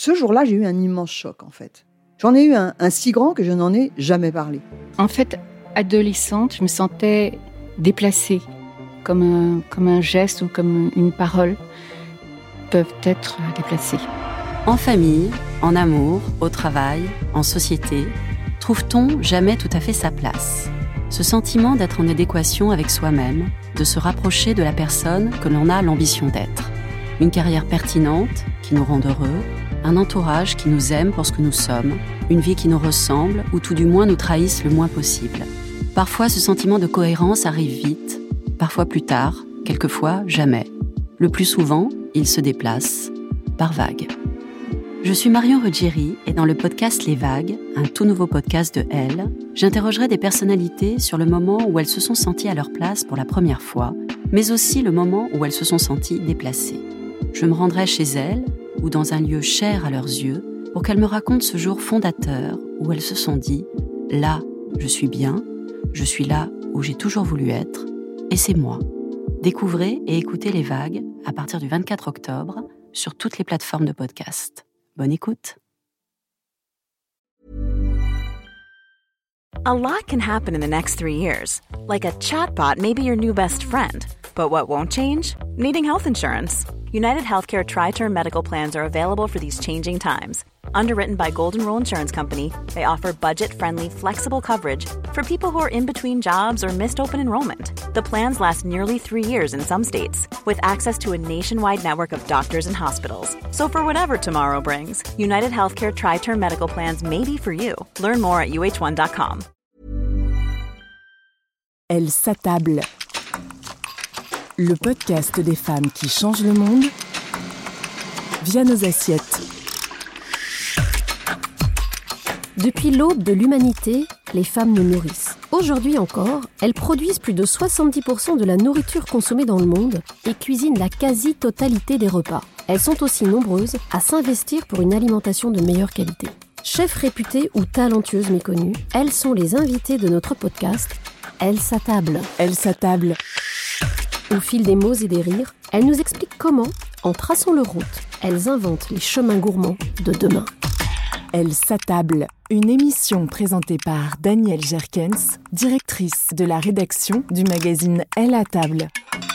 Ce jour-là, j'ai eu un immense choc, en fait. J'en ai eu un si grand que je n'en ai jamais parlé. En fait, adolescente, je me sentais déplacée, comme un geste ou comme une parole peuvent être déplacées. En famille, en amour, au travail, en société, trouve-t-on jamais tout à fait sa place ? Ce sentiment d'être en adéquation avec soi-même, de se rapprocher de la personne que l'on a l'ambition d'être. Une carrière pertinente qui nous rend heureux, un entourage qui nous aime pour ce que nous sommes, une vie qui nous ressemble ou tout du moins nous trahisse le moins possible. Parfois, ce sentiment de cohérence arrive vite, parfois plus tard, quelquefois jamais. Le plus souvent, il se déplace par vagues. Je suis Marion Ruggieri et dans le podcast Les Vagues, un tout nouveau podcast de Elle, j'interrogerai des personnalités sur le moment où elles se sont senties à leur place pour la première fois, mais aussi le moment où elles se sont senties déplacées. Je me rendrai chez elles ou dans un lieu cher à leurs yeux pour qu'elles me racontent ce jour fondateur où elles se sont dit « Là, je suis bien, je suis là où j'ai toujours voulu être, et c'est moi ». Découvrez et écoutez Les Vagues à partir du 24 octobre sur toutes les plateformes de podcast. Bonne écoute. A lot can happen in the next 3 years. Like a chatbot may be your new best friend. But what won't change? Needing health insurance. United Healthcare Tri-Term Medical Plans are available for these changing times. Underwritten by Golden Rule Insurance Company, they offer budget-friendly, flexible coverage for people who are in between jobs or missed open enrollment. The plans last nearly 3 years in some states, with access to a nationwide network of doctors and hospitals. So for whatever tomorrow brings, United Healthcare Tri-Term Medical Plans may be for you. Learn more at uh1.com. Elle s'attable. Le podcast des femmes qui changent le monde via nos assiettes. Depuis l'aube de l'humanité, les femmes nous nourrissent. Aujourd'hui encore, elles produisent plus de 70% de la nourriture consommée dans le monde et cuisinent la quasi-totalité des repas. Elles sont aussi nombreuses à s'investir pour une alimentation de meilleure qualité. Chefs réputées ou talentueuses méconnues, elles sont les invitées de notre podcast « Elle s'attable ». Elle s'attable. Au fil des mots et des rires, elles nous expliquent comment, en traçant leur route, elles inventent les chemins gourmands de demain. Elle s'attable, une émission présentée par Danielle Jerkens, directrice de la rédaction du magazine Elle à table.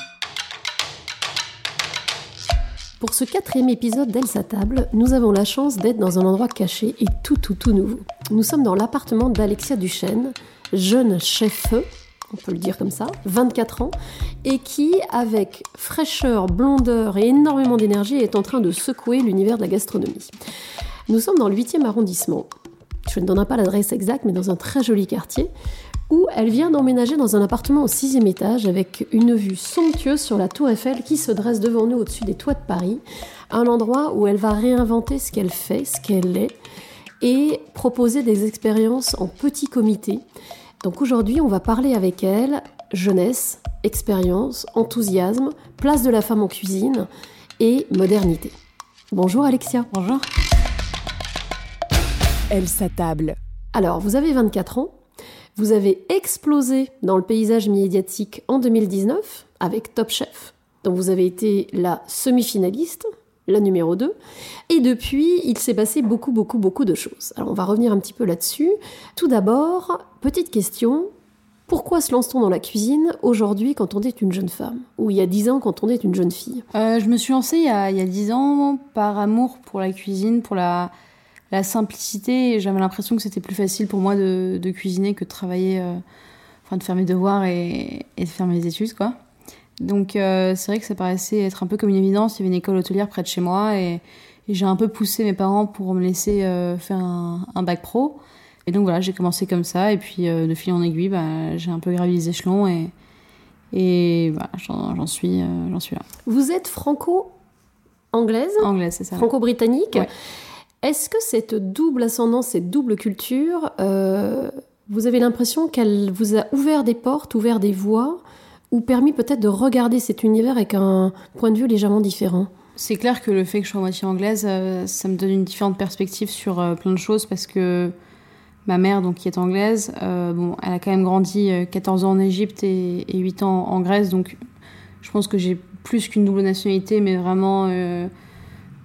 Pour ce 4e épisode d'Elle s'attable, nous avons la chance d'être dans un endroit caché et tout nouveau. Nous sommes dans l'appartement d'Alexia Duchesne, jeune chef, on peut le dire comme ça, 24 ans, et qui, avec fraîcheur, blondeur et énormément d'énergie, est en train de secouer l'univers de la gastronomie. Nous sommes dans le 8e arrondissement. Je ne donnerai pas l'adresse exacte, mais dans un très joli quartier, où elle vient d'emménager dans un appartement au 6e étage avec une vue somptueuse sur la tour Eiffel qui se dresse devant nous au-dessus des toits de Paris, un endroit où elle va réinventer ce qu'elle fait, ce qu'elle est, et proposer des expériences en petit comité. Donc aujourd'hui, on va parler avec elle jeunesse, expérience, enthousiasme, place de la femme en cuisine et modernité. Bonjour Alexia. Bonjour. Elle s'attable. Alors, vous avez 24 ans, vous avez explosé dans le paysage médiatique en 2019 avec Top Chef, dont vous avez été la semi-finaliste, la numéro 2, et depuis, il s'est passé beaucoup de choses. Alors, on va revenir un petit peu là-dessus. Tout d'abord, petite question, pourquoi se lance-t-on dans la cuisine aujourd'hui quand on est une jeune femme ? Ou il y a 10 ans quand on est une jeune fille ? Je me suis lancée il y a 10 ans par amour pour la cuisine, pour la simplicité. J'avais l'impression que c'était plus facile pour moi de cuisiner que de travailler, de faire mes devoirs et de faire mes études, quoi. Donc c'est vrai que ça paraissait être un peu comme une évidence. Il y avait une école hôtelière près de chez moi et j'ai un peu poussé mes parents pour me laisser faire un bac pro. Et donc voilà, j'ai commencé comme ça et puis de fil en aiguille, j'ai un peu gravi les échelons et voilà, j'en suis là. Vous êtes franco-anglaise ? Anglaise, c'est ça. Franco-britannique ? Ouais. Est-ce que cette double ascendance, cette double culture, vous avez l'impression qu'elle vous a ouvert des portes, ouvert des voies, ou permis peut-être de regarder cet univers avec un point de vue légèrement différent ? C'est clair que le fait que je sois moitié anglaise, ça me donne une différente perspective sur plein de choses parce que ma mère, donc, qui est anglaise, elle a quand même grandi 14 ans en Égypte et 8 ans en Grèce, donc je pense que j'ai plus qu'une double nationalité, mais vraiment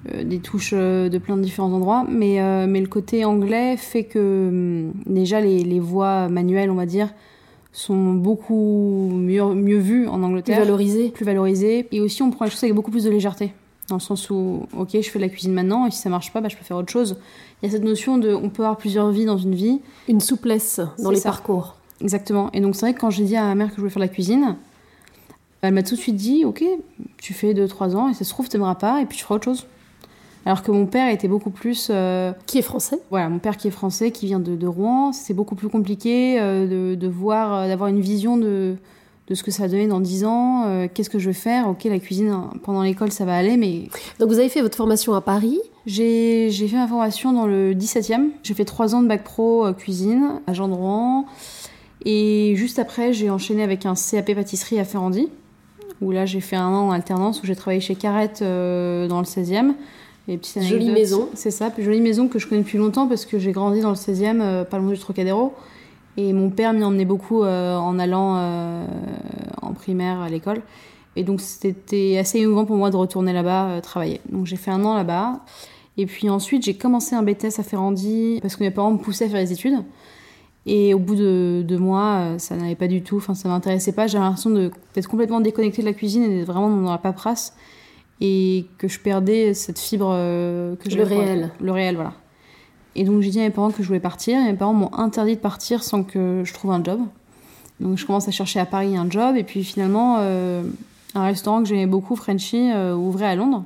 des touches de plein de différents endroits. Mais le côté anglais fait que déjà les voix manuelles, on va dire, sont beaucoup mieux vues en Angleterre. Plus valorisées. Et aussi, on prend les choses avec beaucoup plus de légèreté. Dans le sens où, ok, je fais de la cuisine maintenant, et si ça marche pas, je peux faire autre chose. Il y a cette notion on peut avoir plusieurs vies dans une vie. Une souplesse dans les parcours. Exactement. Et donc, c'est vrai que quand j'ai dit à ma mère que je voulais faire de la cuisine, elle m'a tout de suite dit, ok, tu fais 2-3 ans, et ça se trouve, t'aimeras pas, et puis tu feras autre chose. Alors que mon père était beaucoup plus... Qui est français ? Voilà, mon père qui est français, qui vient de Rouen. C'est beaucoup plus compliqué de voir, d'avoir une vision de ce que ça va donner dans 10 ans. Qu'est-ce que je vais faire ? Ok, la cuisine, pendant l'école, ça va aller, mais... Donc vous avez fait votre formation à Paris ? J'ai fait ma formation dans le 17e. J'ai fait 3 ans de bac pro cuisine à Jean de Rouen. Et juste après, j'ai enchaîné avec un CAP pâtisserie à Ferrandi, où là, j'ai fait 1 an en alternance, où j'ai travaillé chez Carrette dans le 16e. Jolie maison. C'est ça, jolie maison que je connais depuis longtemps parce que j'ai grandi dans le 16e, pas loin du Trocadéro. Et mon père m'y emmenait beaucoup en allant en primaire à l'école. Et donc c'était assez émouvant pour moi de retourner là-bas travailler. Donc j'ai fait 1 an là-bas. Et puis ensuite j'ai commencé un BTS à Ferrandi parce que mes parents me poussaient à faire les études. Et au bout de 2 mois, ça n'allait pas du tout, ça m'intéressait pas. J'avais l'impression d'être complètement déconnectée de la cuisine et d'être vraiment dans la paperasse. Et que je perdais cette fibre que j'avais. Le réel, voilà. Et donc j'ai dit à mes parents que je voulais partir. Et mes parents m'ont interdit de partir sans que je trouve un job. Donc je commence à chercher à Paris un job. Et puis finalement, un restaurant que j'aimais beaucoup, Frenchy, ouvrait à Londres.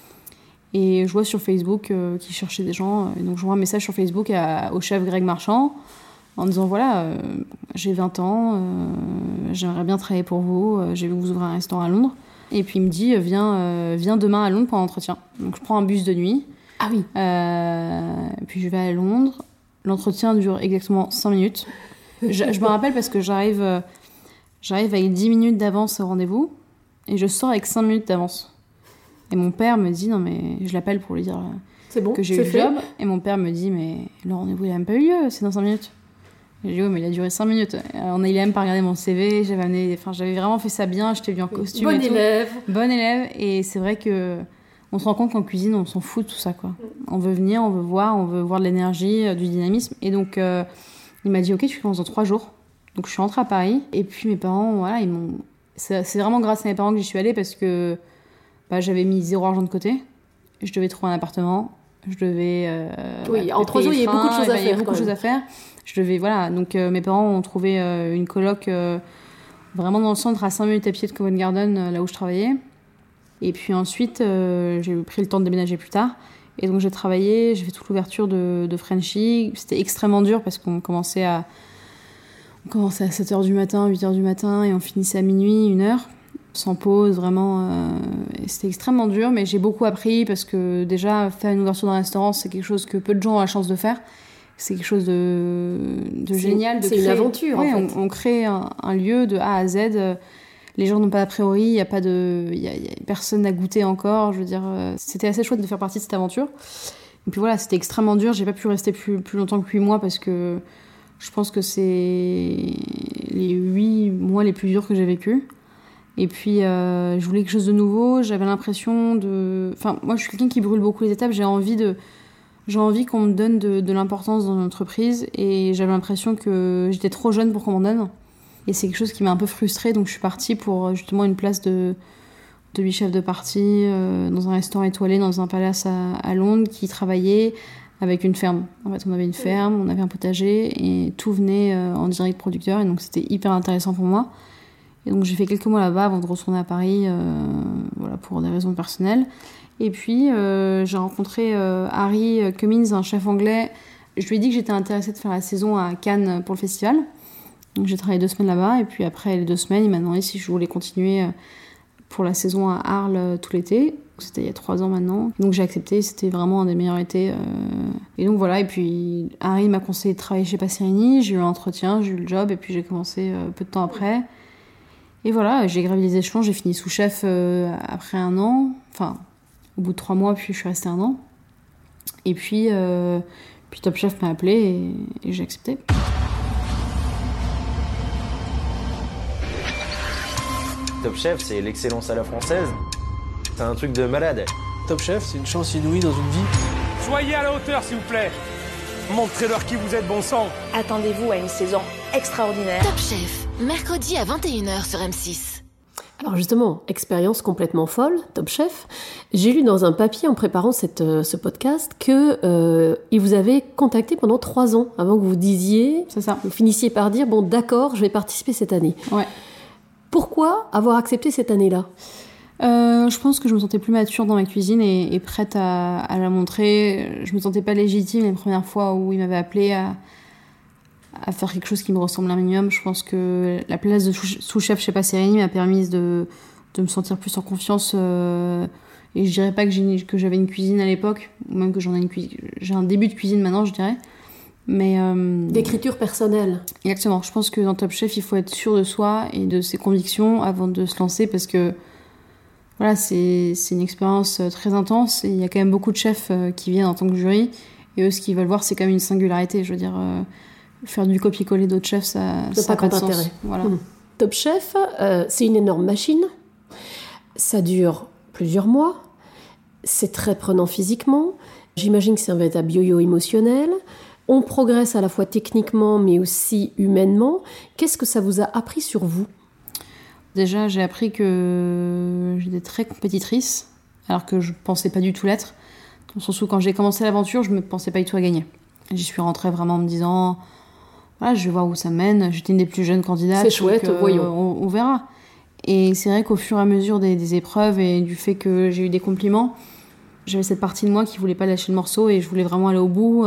Et je vois sur Facebook qu'ils cherchaient des gens. Et donc je vois un message sur Facebook au chef Greg Marchand en disant voilà, j'ai 20 ans, j'aimerais bien travailler pour vous. J'ai vu que vous ouvrez un restaurant à Londres. Et puis il me dit viens demain à Londres pour un entretien. Donc je prends un bus de nuit. Ah oui. Et puis je vais à Londres. L'entretien dure exactement 5 minutes. Je me rappelle parce que j'arrive avec 10 minutes d'avance au rendez-vous et je sors avec 5 minutes d'avance. Et mon père me dit non mais je l'appelle pour lui dire c'est bon, que j'ai eu le job. Et mon père me dit mais le rendez-vous il n'a même pas eu lieu, c'est dans 5 minutes. Et je dis, oui, mais il a duré 5 minutes. Il n'a même pas regardé mon CV. J'avais vraiment fait ça bien. J'étais venue en costume. Bonne élève. Bonne élève. Et c'est vrai qu'on se rend compte qu'en cuisine, on s'en fout de tout ça, quoi. On veut venir, on veut voir de l'énergie, du dynamisme. Et donc, il m'a dit, ok, tu commences dans 3 jours. Donc, je suis rentrée à Paris. Et puis, mes parents, voilà, c'est vraiment grâce à mes parents que j'y suis allée parce que j'avais mis 0 argent de côté. Je devais trouver un appartement. Je devais. Oui, en 3 jours, il y a beaucoup de choses à faire. Il y a beaucoup de choses à faire. Je devais, voilà. Donc, mes parents ont trouvé une coloc vraiment dans le centre, à 5 minutes à pied de Covent Garden, là où je travaillais. Et puis ensuite, j'ai pris le temps de déménager plus tard. Et donc, j'ai travaillé, j'ai fait toute l'ouverture de Frenchy. C'était extrêmement dur parce qu'on commençait à 7h du matin, 8h du matin, et on finissait à minuit, 1h. Sans pause, vraiment. Et c'était extrêmement dur, mais j'ai beaucoup appris parce que déjà, faire une ouverture d'un restaurant, c'est quelque chose que peu de gens ont la chance de faire. C'est quelque chose de génial. C'est une aventure, ouais, en fait. On crée un lieu de A à Z. Les gens n'ont pas d'a priori, il y a personne à goûter encore. Je veux dire, c'était assez chouette de faire partie de cette aventure. Et puis voilà, c'était extrêmement dur. J'ai pas pu rester plus longtemps que 8 mois parce que je pense que c'est les 8 mois les plus durs que j'ai vécu. Et puis, je voulais quelque chose de nouveau. J'avais l'impression de... Enfin, moi, je suis quelqu'un qui brûle beaucoup les étapes. J'ai envie qu'on me donne de l'importance dans l'entreprise. Et j'avais l'impression que j'étais trop jeune pour qu'on m'en donne. Et c'est quelque chose qui m'a un peu frustrée. Donc, je suis partie pour justement une place de chef de partie dans un restaurant étoilé, dans un palace à Londres, qui travaillait avec une ferme. En fait, on avait une ferme, on avait un potager, et tout venait en direct producteur. Et donc, c'était hyper intéressant pour moi. Et donc j'ai fait quelques mois là-bas avant de retourner à Paris, voilà, pour des raisons personnelles. Et puis j'ai rencontré Harry Cummins, un chef anglais. Je lui ai dit que j'étais intéressée de faire la saison à Cannes pour le festival. Donc j'ai travaillé 2 semaines là-bas, et puis après les 2 semaines, il m'a demandé si je voulais continuer pour la saison à Arles tout l'été. C'était il y a 3 ans maintenant. Donc j'ai accepté, c'était vraiment un des meilleurs étés. Et donc voilà, et puis Harry m'a conseillé de travailler chez Passerini. J'ai eu l'entretien, j'ai eu le job, et puis j'ai commencé peu de temps après. Et voilà, j'ai gravi les échelons, j'ai fini sous-chef après 1 an, enfin, au bout de 3 mois, puis je suis restée 1 an. Et puis Top Chef m'a appelée et j'ai accepté. Top Chef, c'est l'excellence à la française. C'est un truc de malade. Top Chef, c'est une chance inouïe dans une vie. Soyez à la hauteur, s'il vous plaît. Montrez-leur qui vous êtes, bon sang. Attendez-vous à une saison extraordinaire. Top Chef, mercredi à 21h sur M6. Alors justement, expérience complètement folle, Top Chef. J'ai lu dans un papier en préparant ce podcast que il vous avait contacté pendant 3 ans avant que vous disiez, c'est ça. Vous finissiez par dire bon d'accord, je vais participer cette année. Ouais. Pourquoi avoir accepté cette année-là ? Je pense que je me sentais plus mature dans ma cuisine et prête à la montrer. Je me sentais pas légitime les premières fois où il m'avait appelée à faire quelque chose qui me ressemble un minimum. Je pense que la place de sous-chef chez Passerini m'a permis de me sentir plus en confiance. Et je dirais pas que j'avais une cuisine à l'époque, ou même que j'ai un début de cuisine maintenant, je dirais. Mais d'écriture personnelle. Exactement. Je pense que dans Top Chef, il faut être sûr de soi et de ses convictions avant de se lancer, parce que voilà, c'est une expérience très intense et il y a quand même beaucoup de chefs qui viennent en tant que jury, et eux, ce qu'ils veulent voir, c'est quand même une singularité. Je veux dire, faire du copier-coller d'autres chefs, ça n'a pas de sens. Voilà. Top Chef, c'est une énorme machine. Ça dure plusieurs mois. C'est très prenant physiquement. J'imagine que c'est un véritable yo-yo émotionnel. On progresse à la fois techniquement, mais aussi humainement. Qu'est-ce que ça vous a appris sur vous ? Déjà, j'ai appris que j'étais très compétitrice, alors que je ne pensais pas du tout l'être. Dans le sens où, quand j'ai commencé l'aventure, je ne me pensais pas du tout à gagner. J'y suis rentrée vraiment en me disant, voilà, je vais voir où ça mène. J'étais une des plus jeunes candidates. C'est chouette, voyons. On verra. Et c'est vrai qu'au fur et à mesure des épreuves et du fait que j'ai eu des compliments, j'avais cette partie de moi qui ne voulait pas lâcher le morceau et je voulais vraiment aller au bout.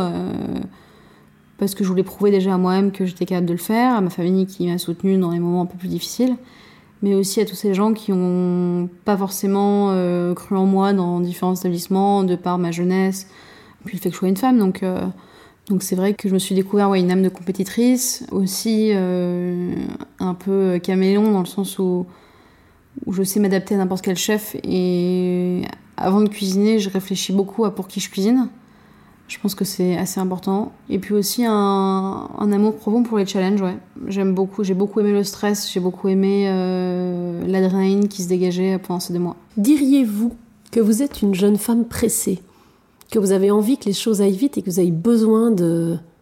Parce que je voulais prouver déjà à moi-même que j'étais capable de le faire, à ma famille qui m'a soutenue dans les moments un peu plus difficiles, mais aussi à tous ces gens qui n'ont pas forcément cru en moi dans différents établissements, de par ma jeunesse, puis le fait que je sois une femme. Donc c'est vrai que je me suis découvert une âme de compétitrice, aussi un peu caméléon, dans le sens où je sais m'adapter à n'importe quel chef, et avant de cuisiner, je réfléchis beaucoup à pour qui je cuisine. Je pense que c'est assez important. Et puis aussi un amour profond pour les challenges, ouais. J'ai beaucoup aimé le stress, j'ai beaucoup aimé l'adrénaline qui se dégageait pendant ces 2 mois. Diriez-vous que vous êtes une jeune femme pressée, que vous avez envie que les choses aillent vite et que vous avez besoin d'adrénaline ?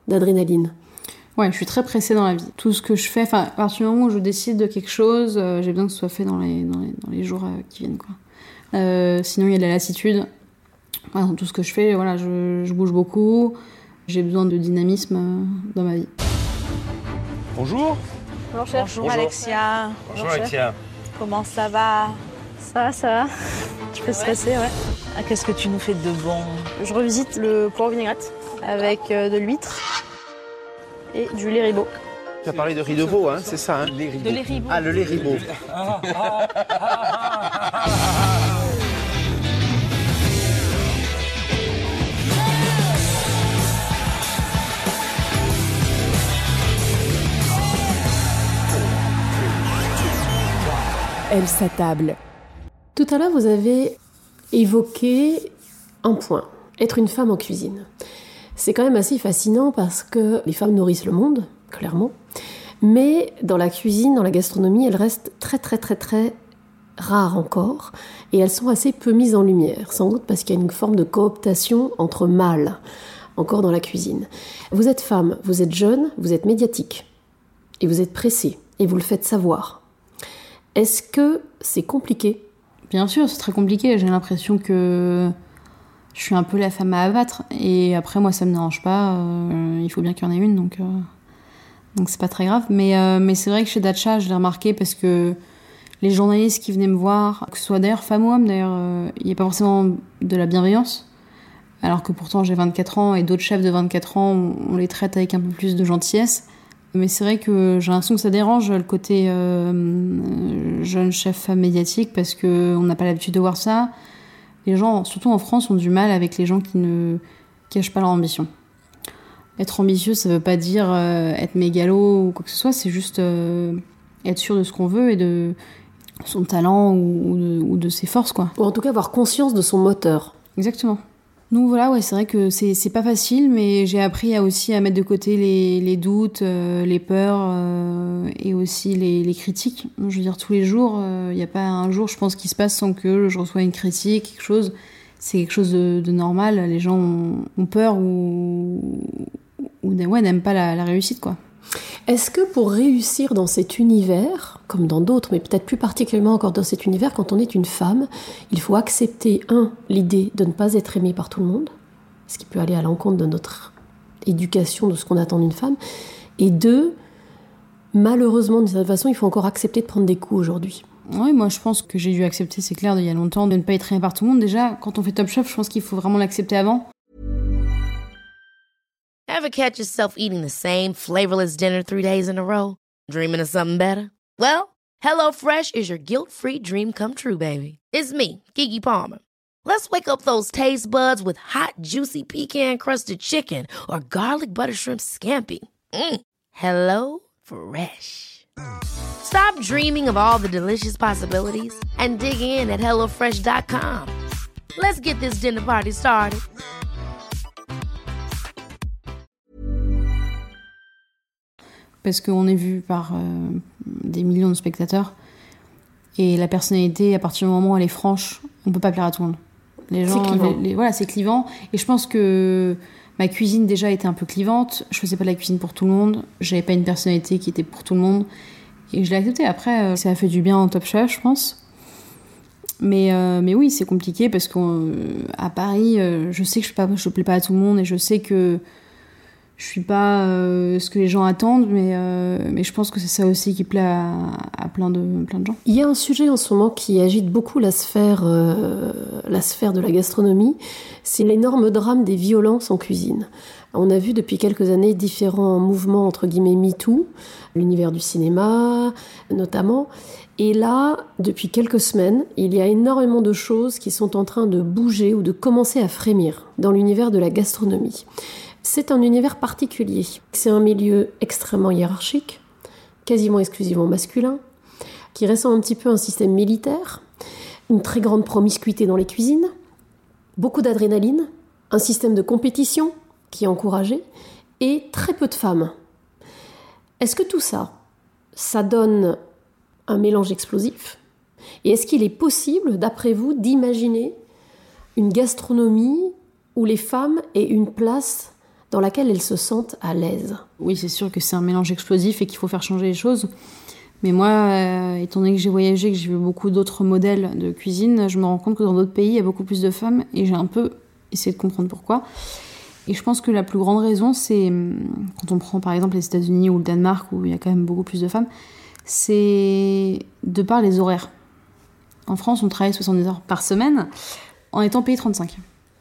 Ouais, je suis très pressée dans la vie. Tout ce que je fais, à partir du moment où je décide de quelque chose, j'ai besoin que ce soit fait dans les jours qui viennent, quoi. Sinon, il y a de la lassitude. Dans tout ce que je fais, voilà, je bouge beaucoup. J'ai besoin de dynamisme dans ma vie. Bonjour. Bonjour chef. Bonjour Alexia. Bonjour Alexia. Comment ça va ? Ça va. Je peux stresser, ouais. Ah, qu'est-ce que tu nous fais de bon ? Je revisite le poireau vinaigrette avec de l'huître et du lait ribot. Tu as parlé de riz de veau, hein, c'est ça, hein ? De lait ribot. Ah, le lait ribot. Elle s'attable. Tout à l'heure, vous avez évoqué un point, être une femme en cuisine. C'est quand même assez fascinant parce que les femmes nourrissent le monde, clairement, mais dans la cuisine, dans la gastronomie, elles restent très très très très rares encore, et elles sont assez peu mises en lumière, sans doute parce qu'il y a une forme de cooptation entre mâles, encore dans la cuisine. Vous êtes femme, vous êtes jeune, vous êtes médiatique, et vous êtes pressée, et vous le faites savoir. Est-ce que c'est compliqué ? Bien sûr, c'est très compliqué. J'ai l'impression que je suis un peu la femme à abattre. Et après, moi, ça me dérange pas. Il faut bien qu'il y en ait une, donc c'est pas très grave. Mais c'est vrai que chez Dacha, je l'ai remarqué parce que les journalistes qui venaient me voir, que ce soit d'ailleurs femme ou homme, il n'y a pas forcément de la bienveillance. Alors que pourtant, j'ai 24 ans et d'autres chefs de 24 ans, on les traite avec un peu plus de gentillesse. Mais c'est vrai que j'ai l'impression que ça dérange le côté jeune chef médiatique parce qu'on n'a pas l'habitude de voir ça. Les gens, surtout en France, ont du mal avec les gens qui ne cachent pas leur ambition. Être ambitieux, ça veut pas dire être mégalo ou quoi que ce soit, c'est juste être sûr de ce qu'on veut et de son talent ou de ses forces, quoi. Ou en tout cas avoir conscience de son moteur. Exactement. Donc voilà, ouais, c'est vrai que c'est pas facile, mais j'ai appris aussi à mettre de côté les doutes, les peurs et aussi les critiques. Je veux dire, tous les jours, il n'y a pas un jour, je pense, qui se passe sans que je reçois une critique, quelque chose. c'est quelque chose de normal. Les gens ont peur ou n'aiment pas la réussite, quoi. Est-ce que pour réussir dans cet univers, comme dans d'autres, mais peut-être plus particulièrement encore dans cet univers, quand on est une femme, il faut accepter, l'idée de ne pas être aimée par tout le monde, ce qui peut aller à l'encontre de notre éducation, de ce qu'on attend d'une femme, et 2, malheureusement, de cette façon, il faut encore accepter de prendre des coups aujourd'hui. Oui, moi je pense que j'ai dû accepter, c'est clair, il y a longtemps, de ne pas être aimée par tout le monde. Déjà, quand on fait Top Chef, je pense qu'il faut vraiment l'accepter avant. Ever catch yourself eating the same flavorless dinner 3 days in a row? Dreaming of something better? Well, HelloFresh is your guilt-free dream come true, baby. It's me, Keke Palmer. Let's wake up those taste buds with hot, juicy pecan-crusted chicken or garlic butter shrimp scampi. HelloFresh. Stop dreaming of all the delicious possibilities and dig in at HelloFresh.com. Let's get this dinner party started. Parce qu'on est vu par des millions de spectateurs. Et la personnalité, à partir du moment où elle est franche, on peut pas plaire à tout le monde. Les gens, c'est clivant. Voilà, c'est clivant. Et je pense que ma cuisine déjà était un peu clivante. Je faisais pas de la cuisine pour tout le monde. J'avais pas une personnalité qui était pour tout le monde. Et je l'ai accepté. Après, ça a fait du bien en Top Chef, je pense. Mais oui, c'est compliqué parce qu'à Paris, je sais que je plais pas à tout le monde et je sais que je suis pas ce que les gens attendent, mais je pense que c'est ça aussi qui plaît à plein de gens. Il y a un sujet en ce moment qui agite beaucoup la sphère de la gastronomie, c'est l'énorme drame des violences en cuisine. On a vu depuis quelques années différents mouvements, entre guillemets, MeToo, l'univers du cinéma notamment. Et là, depuis quelques semaines, il y a énormément de choses qui sont en train de bouger ou de commencer à frémir dans l'univers de la gastronomie. C'est un univers particulier. C'est un milieu extrêmement hiérarchique, quasiment exclusivement masculin, qui ressemble un petit peu à un système militaire, une très grande promiscuité dans les cuisines, beaucoup d'adrénaline, un système de compétition qui est encouragé, et très peu de femmes. Est-ce que tout ça, ça donne un mélange explosif ? Et est-ce qu'il est possible, d'après vous, d'imaginer une gastronomie où les femmes aient une place dans laquelle elles se sentent à l'aise? Oui, c'est sûr que c'est un mélange explosif et qu'il faut faire changer les choses. Mais moi, étant donné que j'ai voyagé, que j'ai vu beaucoup d'autres modèles de cuisine, je me rends compte que dans d'autres pays, il y a beaucoup plus de femmes et j'ai un peu essayé de comprendre pourquoi. Et je pense que la plus grande raison, c'est, quand on prend par exemple les États-Unis ou le Danemark, où il y a quand même beaucoup plus de femmes, c'est de par les horaires. En France, on travaille 70 heures par semaine en étant payé 35.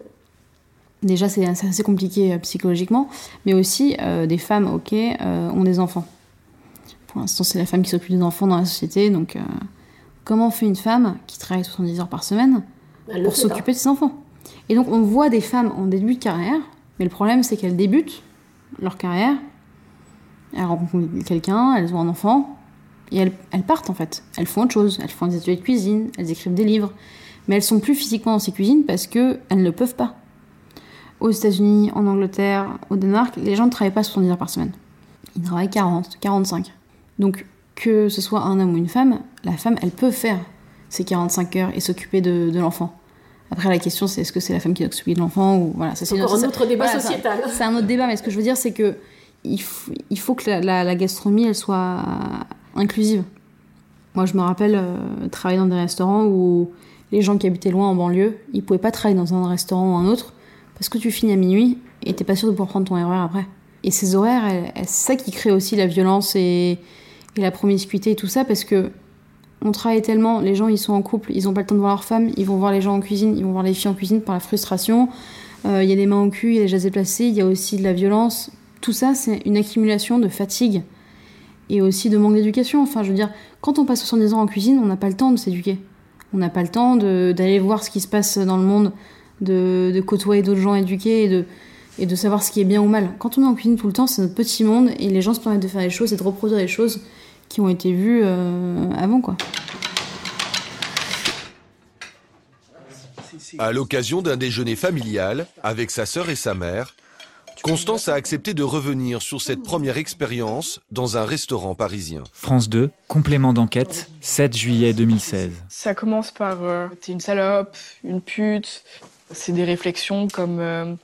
Déjà, c'est assez compliqué psychologiquement, mais aussi des femmes, ont des enfants. Pour l'instant, c'est la femme qui s'occupe des enfants dans la société, donc comment fait une femme qui travaille 70 heures par semaine pour s'occuper de ses enfants ? Et donc, on voit des femmes en début de carrière, mais le problème, c'est qu'elles débutent leur carrière, elles rencontrent quelqu'un, elles ont un enfant, et elles partent en fait. Elles font autre chose, elles font des ateliers de cuisine, elles écrivent des livres, mais elles sont plus physiquement dans ces cuisines parce qu'elles ne peuvent pas. Aux États-Unis, en Angleterre, au Danemark, les gens ne travaillent pas 70 heures par semaine. Ils travaillent 40, 45. Donc, que ce soit un homme ou une femme, la femme, elle peut faire ces 45 heures et s'occuper de l'enfant. Après, la question, c'est est-ce que c'est la femme qui doit s'occuper de l'enfant ou voilà. Ça, c'est encore un autre débat sociétal. C'est un autre débat, mais ce que je veux dire, c'est que il faut que la gastronomie, elle soit inclusive. Moi, je me rappelle travailler dans des restaurants où les gens qui habitaient loin en banlieue, ils pouvaient pas travailler dans un restaurant ou un autre parce que tu finis à minuit et t'es pas sûr de pouvoir prendre ton horaire après. Et ces horaires, c'est ça qui crée aussi la violence et la promiscuité et tout ça, parce que on travaille tellement, les gens ils sont en couple, ils ont pas le temps de voir leur femme, ils vont voir les gens en cuisine, ils vont voir les filles en cuisine par la frustration, y a des mains au cul, il y a des gestes déplacés, il y a aussi de la violence. Tout ça, c'est une accumulation de fatigue et aussi de manque d'éducation. Enfin, je veux dire, quand on passe 70 ans en cuisine, on n'a pas le temps de s'éduquer. On n'a pas le temps d'aller voir ce qui se passe dans le monde, de côtoyer d'autres gens éduqués et de savoir ce qui est bien ou mal. Quand on est en cuisine tout le temps, c'est notre petit monde et les gens se permettent de faire des choses et de reproduire des choses qui ont été vues avant, quoi. À l'occasion d'un déjeuner familial, avec sa sœur et sa mère, Constance a accepté de revenir sur cette première expérience dans un restaurant parisien. France 2, complément d'enquête, 7 juillet 2016. Ça commence par t'es une salope, une pute, C'est des réflexions comme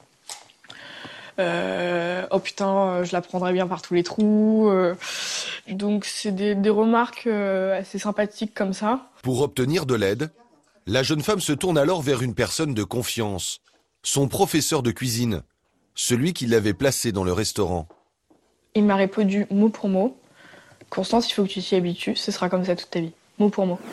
oh putain, je la prendrais bien par tous les trous. Donc c'est des remarques assez sympathiques comme ça. Pour obtenir de l'aide, la jeune femme se tourne alors vers une personne de confiance, son professeur de cuisine, celui qui l'avait placée dans le restaurant. Il m'a répondu mot pour mot. Constance, il faut que tu t'y habitues, ce sera comme ça toute ta vie. Mot pour mot.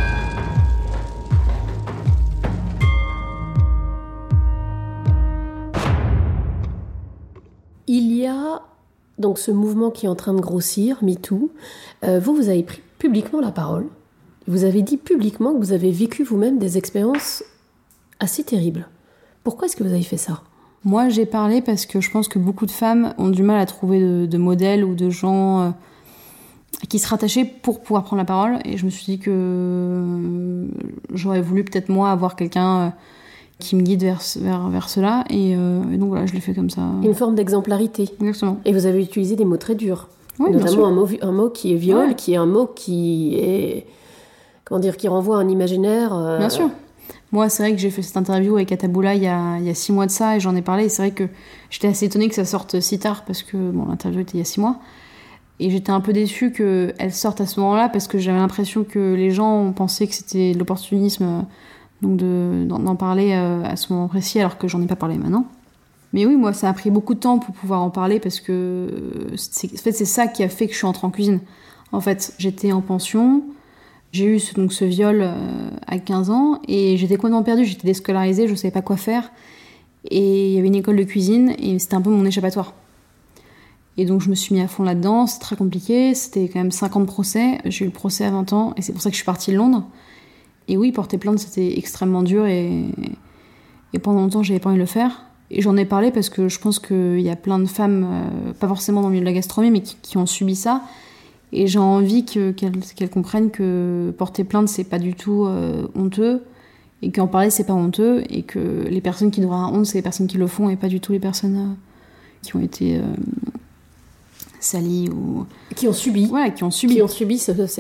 Il y a donc ce mouvement qui est en train de grossir, MeToo. Vous avez pris publiquement la parole. Vous avez dit publiquement que vous avez vécu vous-même des expériences assez terribles. Pourquoi est-ce que vous avez fait ça ? Moi, j'ai parlé parce que je pense que beaucoup de femmes ont du mal à trouver de modèles ou de gens qui se rattachaient pour pouvoir prendre la parole. Et je me suis dit que j'aurais voulu peut-être moi avoir quelqu'un qui me guide vers cela. Et donc voilà, je l'ai fait comme ça. Une forme d'exemplarité. Exactement. Et vous avez utilisé des mots très durs. Oui, notamment un mot qui est viol, qui est un mot qui est... Comment dire, qui renvoie à un imaginaire. Bien sûr. Moi, c'est vrai que j'ai fait cette interview avec Ataboula il y a 6 mois de ça et j'en ai parlé. Et c'est vrai que j'étais assez étonnée que ça sorte si tard parce que l'interview était il y a 6 mois. Et j'étais un peu déçue qu'elle sorte à ce moment-là parce que j'avais l'impression que les gens pensaient que c'était de l'opportunisme donc d'en parler à ce moment précis alors que j'en ai pas parlé maintenant. Mais oui, moi, ça a pris beaucoup de temps pour pouvoir en parler parce que c'est ça qui a fait que je suis entrée en cuisine. En fait, j'étais en pension. J'ai eu ce viol à 15 ans et j'étais complètement perdue, j'étais déscolarisée, je ne savais pas quoi faire. Et il y avait une école de cuisine et c'était un peu mon échappatoire. Et donc je me suis mis à fond là-dedans, c'est très compliqué, c'était quand même 5 ans de procès. J'ai eu le procès à 20 ans et c'est pour ça que je suis partie de Londres. Et oui, porter plainte, c'était extrêmement dur et pendant longtemps, j'avais pas envie de le faire. Et j'en ai parlé parce que je pense qu'il y a plein de femmes, pas forcément dans le milieu de la gastronomie, mais qui ont subi ça. Et j'ai envie qu'elles comprennent que porter plainte, c'est pas du tout honteux, et qu'en parler, c'est pas honteux, et que les personnes qui devraient avoir honte, c'est les personnes qui le font, et pas du tout les personnes qui ont été salies ou... Qui ont subi. Voilà, qui ont subi. Qui ont subi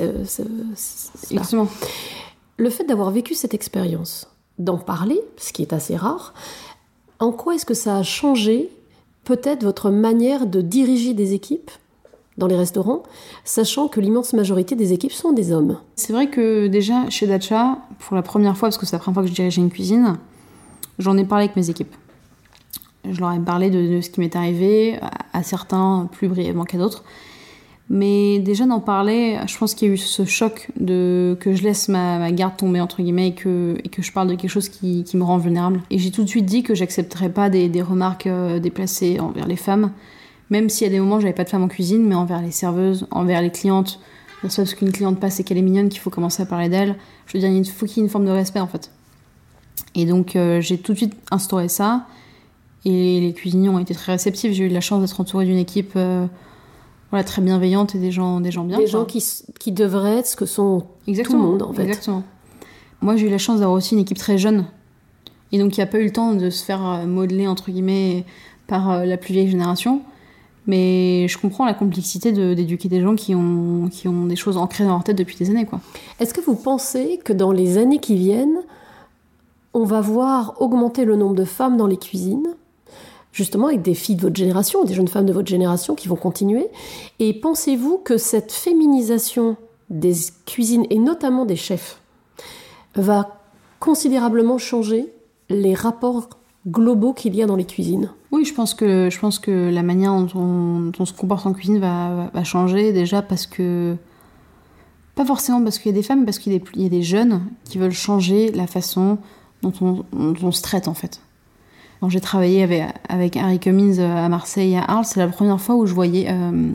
Exactement. Le fait d'avoir vécu cette expérience, d'en parler, ce qui est assez rare, en quoi est-ce que ça a changé peut-être votre manière de diriger des équipes dans les restaurants, sachant que l'immense majorité des équipes sont des hommes? C'est vrai que déjà, chez Dacha, pour la première fois, parce que c'est la première fois que je dirigeais une cuisine, j'en ai parlé avec mes équipes. Je leur ai parlé de ce qui m'est arrivé, à certains plus brièvement qu'à d'autres. Mais déjà d'en parler, je pense qu'il y a eu ce choc que je laisse ma garde tomber, entre guillemets, et que je parle de quelque chose qui me rend vulnérable. Et j'ai tout de suite dit que j'accepterais pas des remarques déplacées envers les femmes, même s'il y a des moments où j'avais pas de femmes en cuisine, mais envers les serveuses, envers les clientes. C'est pas parce qu'une cliente passe et qu'elle est mignonne qu'il faut commencer à parler d'elle. Je veux dire, il faut qu'il y ait une forme de respect, en fait. Et donc, j'ai tout de suite instauré ça. Et les cuisiniers ont été très réceptifs. J'ai eu la chance d'être entourée d'une équipe très bienveillante et des gens bien. Des gens qui devraient être ce que sont exactement, tout le monde, en fait. Exactement. Moi, j'ai eu la chance d'avoir aussi une équipe très jeune. Et donc, il n'y a pas eu le temps de se faire modeler, entre guillemets, par la plus vieille génération. Mais je comprends la complexité d'éduquer des gens qui ont des choses ancrées dans leur tête depuis des années, quoi. Est-ce que vous pensez que dans les années qui viennent, on va voir augmenter le nombre de femmes dans les cuisines, justement avec des filles de votre génération, des jeunes femmes de votre génération qui vont continuer? Et pensez-vous que cette féminisation des cuisines, et notamment des chefs, va considérablement changer les rapports globaux qu'il y a dans les cuisines? Oui, je pense que la manière dont on se comporte en cuisine va changer, déjà parce que... Pas forcément parce qu'il y a des femmes, mais parce qu'il y a des jeunes qui veulent changer la façon dont on se traite, en fait. Quand j'ai travaillé avec Harry Cummins à Marseille et à Arles, c'est la première fois où je voyais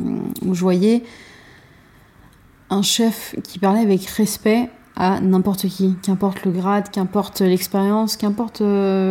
un chef qui parlait avec respect à n'importe qui, qu'importe le grade, qu'importe l'expérience, qu'importe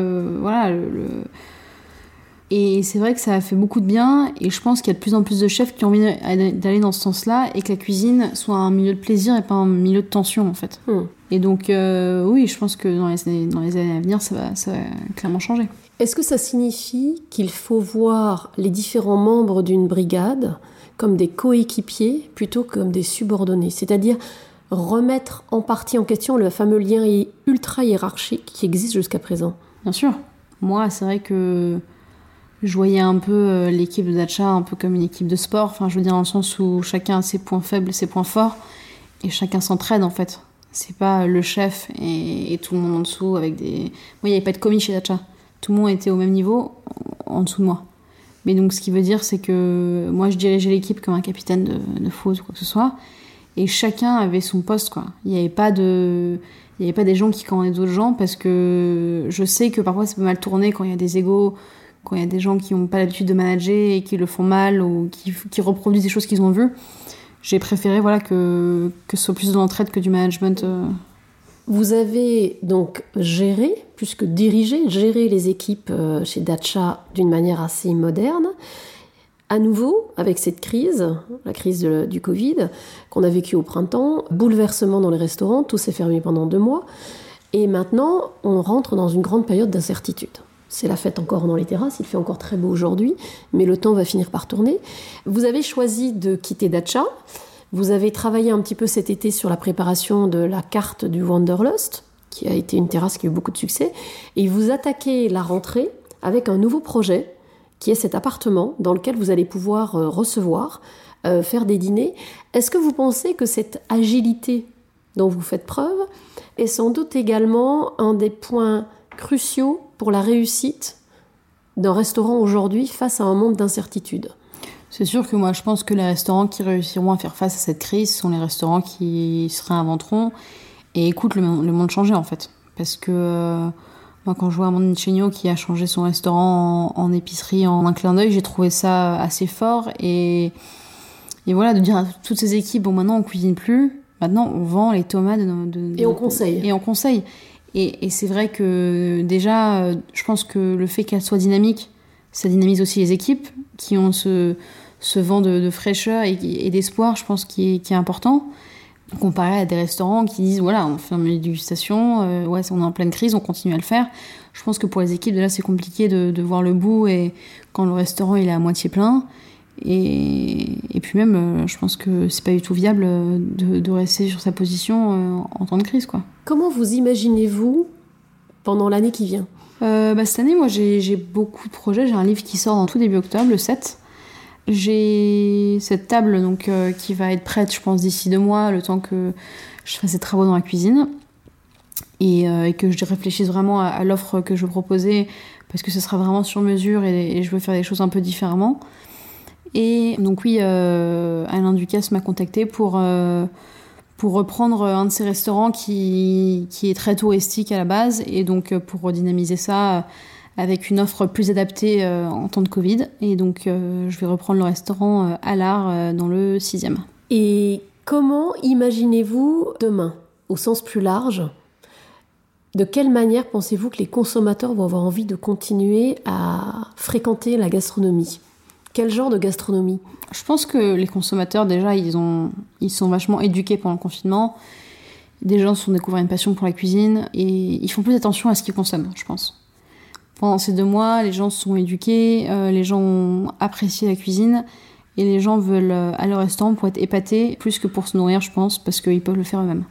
Et c'est vrai que ça a fait beaucoup de bien, et je pense qu'il y a de plus en plus de chefs qui ont envie d'aller dans ce sens-là, et que la cuisine soit un milieu de plaisir et pas un milieu de tension, en fait. Et donc, oui, je pense que dans les années à venir, ça va clairement changer. Est-ce que ça signifie qu'il faut voir les différents membres d'une brigade comme des coéquipiers plutôt que comme des subordonnés? C'est-à-dire remettre en partie en question le fameux lien ultra hiérarchique qui existe jusqu'à présent? Bien sûr. Moi, c'est vrai que je voyais un peu l'équipe de Dacha un peu comme une équipe de sport. Enfin, je veux dire dans le sens où chacun a ses points faibles, ses points forts, et chacun s'entraide en fait. C'est pas le chef et tout le monde en dessous avec des... Moi, il n'y avait pas de commis chez Dacha. Tout le monde était au même niveau en dessous de moi. Mais donc, ce qui veut dire, c'est que moi, je dirigeais l'équipe comme un capitaine de foot ou quoi que ce soit. Et chacun avait son poste, quoi. Il n'y avait pas des gens qui commandaient d'autres gens, parce que je sais que parfois, ça peut mal tourner quand il y a des égos, quand il y a des gens qui n'ont pas l'habitude de manager et qui le font mal ou qui reproduisent des choses qu'ils ont vues. J'ai préféré que ce soit plus de l'entraide que du management. Vous avez donc géré, plus que géré les équipes chez Dacha d'une manière assez moderne. À nouveau, avec cette crise, la crise du Covid, qu'on a vécue au printemps, bouleversement dans les restaurants, tout s'est fermé pendant 2 mois. Et maintenant, on rentre dans une grande période d'incertitude. C'est la fête encore dans les terrasses, il fait encore très beau aujourd'hui, mais le temps va finir par tourner. Vous avez choisi de quitter Dacha. Vous avez travaillé un petit peu cet été sur la préparation de la carte du Wanderlust, qui a été une terrasse qui a eu beaucoup de succès. Et vous attaquez la rentrée avec un nouveau projet, qui est cet appartement dans lequel vous allez pouvoir recevoir, faire des dîners. Est-ce que vous pensez que cette agilité dont vous faites preuve est sans doute également un des points cruciaux pour la réussite d'un restaurant aujourd'hui face à un monde d'incertitude ? C'est sûr que moi, je pense que les restaurants qui réussiront à faire face à cette crise sont les restaurants qui se réinventeront et écoutent le monde changer, en fait. Parce que moi, quand je vois Amandine Chéniaud qui a changé son restaurant en épicerie en un clin d'œil, j'ai trouvé ça assez fort. Et voilà, de dire à toutes ces équipes, bon, maintenant, on cuisine plus. Maintenant, on vend les tomates et on conseille. Et on conseille. Et c'est vrai que déjà, je pense que le fait qu'elle soit dynamique, ça dynamise aussi les équipes qui ont ce vent de fraîcheur et d'espoir, je pense, qui est important. Comparé à des restaurants qui disent, voilà, on fait une dégustation, ouais, on est en pleine crise, on continue à le faire. Je pense que pour les équipes, là, c'est compliqué de voir le bout et quand le restaurant il est à moitié plein. Et puis même, je pense que c'est pas du tout viable de rester sur sa position en temps de crise, quoi. Comment vous imaginez-vous pendant l'année qui vient ? Cette année, moi, j'ai beaucoup de projets. J'ai un livre qui sort en tout début octobre, le 7. J'ai cette table donc, qui va être prête, je pense, d'ici 2 mois, le temps que je fasse ces travaux dans la cuisine. Et que je réfléchisse vraiment à l'offre que je veux proposer, parce que ce sera vraiment sur mesure et je veux faire des choses un peu différemment. Et donc oui, Alain Ducasse m'a contacté pour reprendre un de ces restaurants qui est très touristique à la base, et donc pour redynamiser ça avec une offre plus adaptée en temps de Covid. Et donc je vais reprendre le restaurant à l'art dans le 6e. Et comment imaginez-vous demain, au sens plus large ? De quelle manière pensez-vous que les consommateurs vont avoir envie de continuer à fréquenter la gastronomie ? Quel genre de gastronomie ? Je pense que les consommateurs, déjà, ils sont vachement éduqués pendant le confinement. Des gens se sont découverts une passion pour la cuisine et ils font plus attention à ce qu'ils consomment, je pense. Pendant ces 2 mois, les gens se sont éduqués, les gens ont apprécié la cuisine et les gens veulent aller au restaurant pour être épatés, plus que pour se nourrir, je pense, parce qu'ils peuvent le faire eux-mêmes.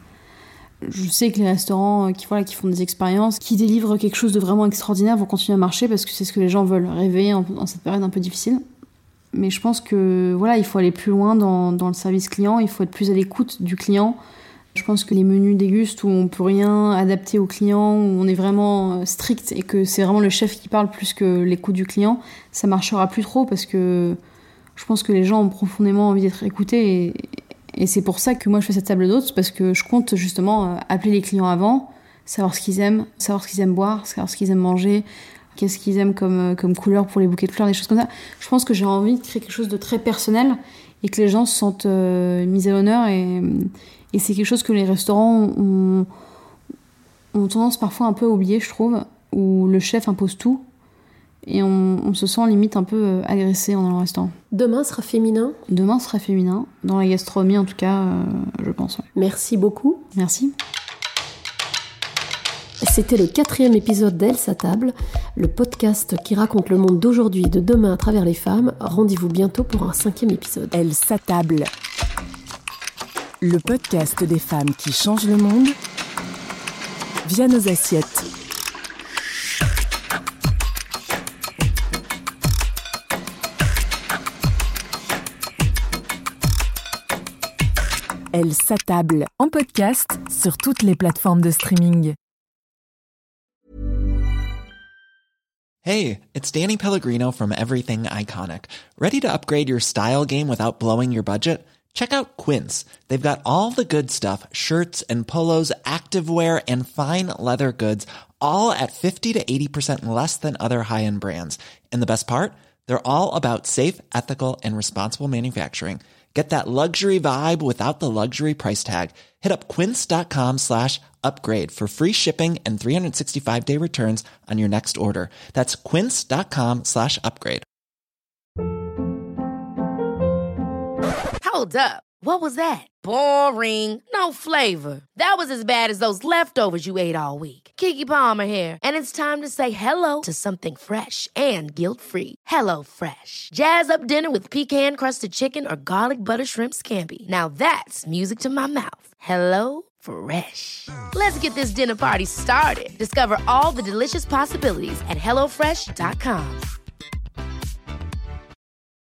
Je sais que les restaurants qui font des expériences, qui délivrent quelque chose de vraiment extraordinaire, vont continuer à marcher parce que c'est ce que les gens veulent rêver en cette période un peu difficile. Mais je pense que voilà, il faut aller plus loin dans le service client, il faut être plus à l'écoute du client. Je pense que les menus dégustes où on peut rien adapter au client, où on est vraiment strict et que c'est vraiment le chef qui parle plus que l'écoute du client, ça marchera plus trop parce que je pense que les gens ont profondément envie d'être écoutés et c'est pour ça que moi je fais cette table d'hôtes, parce que je compte justement appeler les clients avant, savoir ce qu'ils aiment boire, savoir ce qu'ils aiment manger, qu'est-ce qu'ils aiment comme couleur pour les bouquets de fleurs, des choses comme ça. Je pense que j'ai envie de créer quelque chose de très personnel et que les gens se sentent mis à l'honneur et c'est quelque chose que les restaurants ont tendance parfois un peu à oublier, je trouve, où le chef impose tout et on se sent limite un peu agressé en allant au restaurant. Demain sera féminin ? Demain sera féminin, dans la gastronomie en tout cas, je pense. Ouais. Merci beaucoup. Merci. C'était le 4e épisode d'Elle sa table, le podcast qui raconte le monde d'aujourd'hui et de demain à travers les femmes. Rendez-vous bientôt pour un 5e épisode. Elle sa table, le podcast des femmes qui changent le monde via nos assiettes. Elle s'attable en podcast sur toutes les plateformes de streaming. Hey, it's Danny Pellegrino from Everything Iconic. Ready to upgrade your style game without blowing your budget? Check out Quince. They've got all the good stuff, shirts and polos, activewear, and fine leather goods, all at 50 to 80% less than other high-end brands. And the best part? They're all about safe, ethical, and responsible manufacturing. Get that luxury vibe without the luxury price tag. Hit up quince.com/upgrade for free shipping and 365-day returns on your next order. That's quince.com/upgrade. Hold up. What was that? Boring. No flavor. That was as bad as those leftovers you ate all week. Keke Palmer here. And it's time to say hello to something fresh and guilt-free. Hello Fresh. Jazz up dinner with pecan-crusted chicken or garlic butter shrimp scampi. Now that's music to my mouth. Hello Fresh. Let's get this dinner party started. Discover all the delicious possibilities at HelloFresh.com.